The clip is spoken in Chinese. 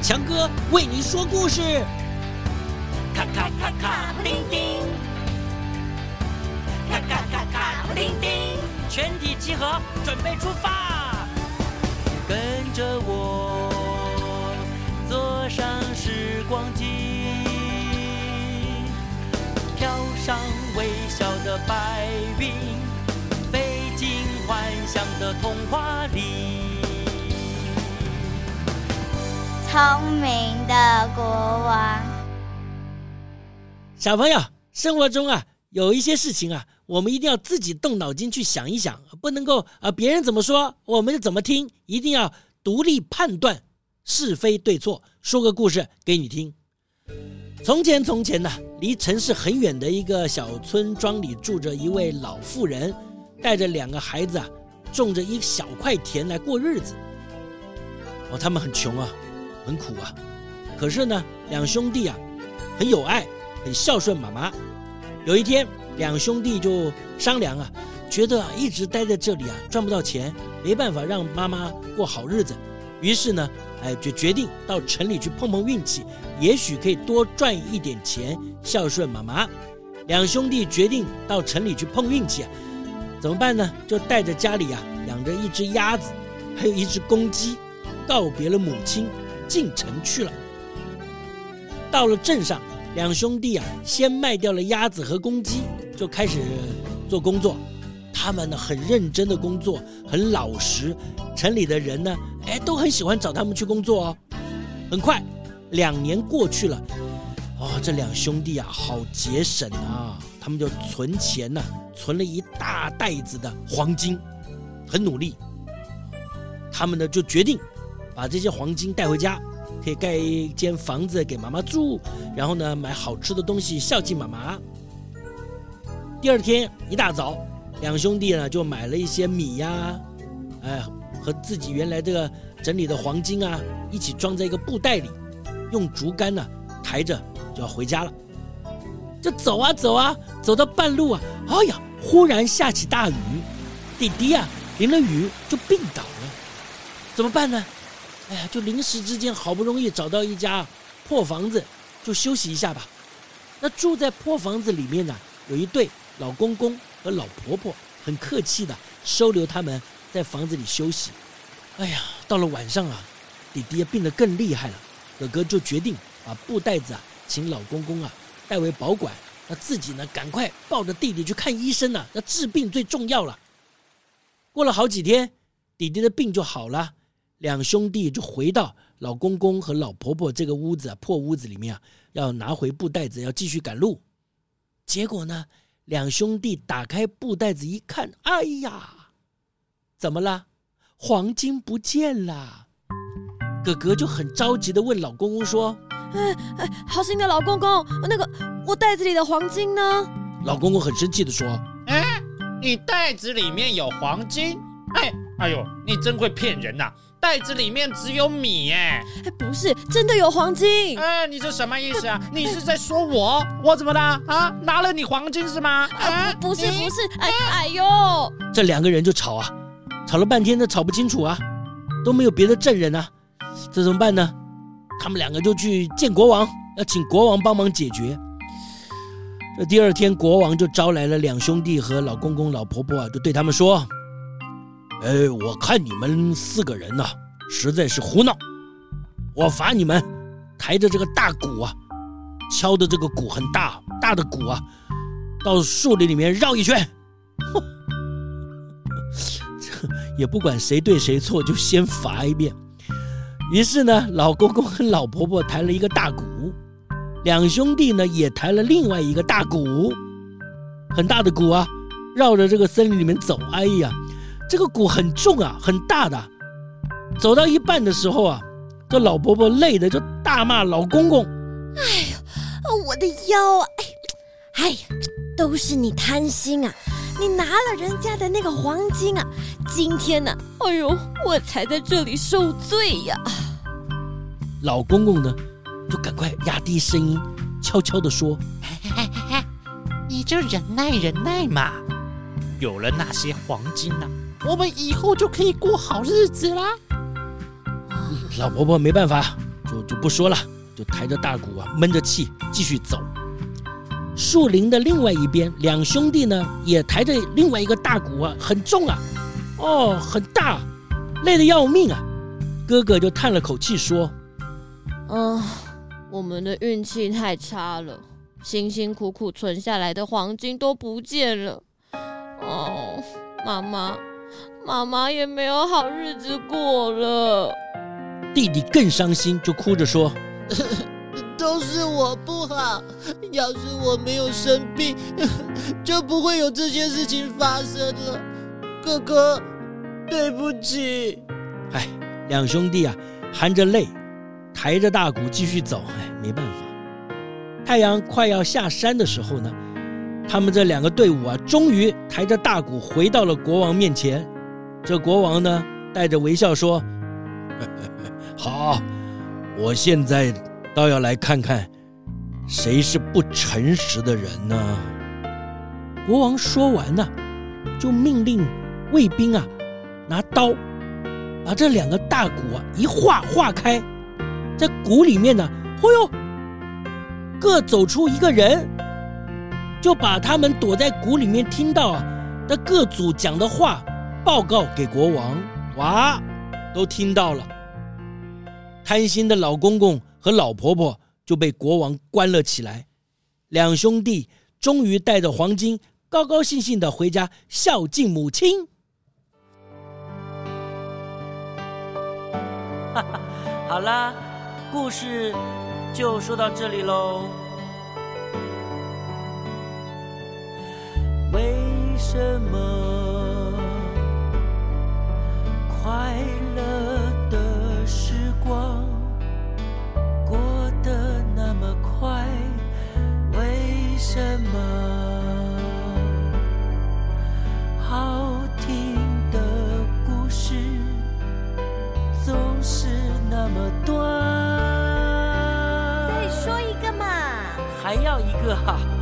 强哥为你说故事。 咔咔咔咔布丁丁，咔咔咔咔布丁丁，全体集合，准备出发。跟着我，坐上时光机，飘上微笑的白云，飞进幻想的童话里。 聪明的国王。 小朋友，生活中有一些事情我们一定要自己动脑筋去想一想，不能够别人怎么说我们就怎么听，一定要独立判断是非对错。说个故事给你听。从前离城市很远的一个小村庄里住着一位老妇人，带着2个孩子种着一小块田来过日子。他们很穷很苦可是呢，2兄弟很有爱，很孝顺妈妈。有一天2兄弟就商量觉得一直待在这里赚不到钱，没办法让妈妈过好日子，于是呢就决定到城里去碰碰运气，也许可以多赚一点钱孝顺妈妈。2兄弟决定到城里去碰运气怎么办呢？就带着家里养着一只鸭子还有一只公鸡，告别了母亲，进城去了。到了镇上，2兄弟先卖掉了鸭子和公鸡，就开始做工作。他们呢很认真的工作，很老实，城里的人呢都很喜欢找他们去工作很快2年过去了，这2兄弟好节省他们就存钱存了一大袋子的黄金，很努力。他们呢就决定把这些黄金带回家，可以盖一间房子给妈妈住，然后呢买好吃的东西孝敬妈妈。第2天一大早，2兄弟呢就买了一些米和自己原来这个整理的黄金一起装在一个布袋里，用竹竿抬着就要回家了。就走走到半路忽然下起大雨，弟弟淋了雨就病倒了。怎么办呢？就临时之间好不容易找到一家破房子，就休息一下吧。那住在破房子里面有一对老公公和老婆婆，很客气的收留他们在房子里休息。到了晚上弟弟病得更厉害了，哥哥就决定把布袋子请老公公代为保管，那自己呢赶快抱着弟弟去看医生那治病最重要了。过了好几天，弟弟的病就好了，2兄弟就回到老公公和老婆婆这个屋子破屋子里面要拿回布袋子，要继续赶路。结果呢，2兄弟打开布袋子一看，怎么了？黄金不见了。哥哥就很着急地问老公公说： 好心的老公公，我袋子里的黄金呢？ 老公公很生气地说： 你袋子里面有黄金？哎呦，你真会骗人袋子里面只有米不是，真的有黄金。 你这什么意思你是在说我怎么了拿了你黄金是吗？ 不是，哎呦！ 这2个人就吵了半天都吵不清楚都没有别的证人这怎么办呢？他们2个就去见国王，要请国王帮忙解决。这第2天，国王就招来了2兄弟和老公公老婆婆就对他们说：我看你们4个人实在是胡闹，我罚你们抬着这个大鼓敲的这个鼓很大的鼓到树林里面绕一圈。也不管谁对谁错，就先罚一遍。于是呢，老公公和老婆婆抬了一个大鼓，2兄弟呢也抬了另外一个大鼓，很大的鼓绕着这个森林里面走。这个鼓很重很大的。走到一半的时候这老婆婆累的就大骂老公公： 我的腰都是你贪心你拿了人家的那个黄金今天呢我才在这里受罪呀。 老公公呢就赶快压低声音悄悄地说： 你就忍耐嘛，有了那些黄金我们以后就可以过好日子啦。 老婆婆没办法， 就不说了，就抬着大鼓啊，闷着气继续走。树林的另外一边，两兄弟呢也抬着另外一个大鼓啊，很重啊，很大，累得要命啊。哥哥就叹了口气说：“ 我们的运气太差了，辛辛苦苦存下来的黄金都不见了。妈妈也没有好日子过了。” 弟弟更伤心，就哭着说：“ 都是我不好，要是我没有生病，就不会有这些事情发生了。哥哥，对不起。” 两兄弟啊，含着泪，抬着大鼓继续走。没办法，太阳快要下山的时候呢，他们这两个队伍啊，终于抬着大鼓回到了国王面前。这国王呢，带着微笑说：“好，我现在倒要来看看谁是不诚实的人呢。”国王说完呢，就命令卫兵啊拿刀把这两个大鼓啊一划开，在鼓里面呢，各走出一个人，就把他们躲在鼓里面听到的各组讲的话报告给国王。哇，都听到了。贪心的老公公和老婆婆就被国王关了起来。两兄弟终于带着黄金高高兴兴的回家孝敬母亲。 好啦，故事就说到这里咯。为什么快乐的时光过得那么快？为什么好听的故事总是那么短？ 再说一个嘛。 还要一个啊？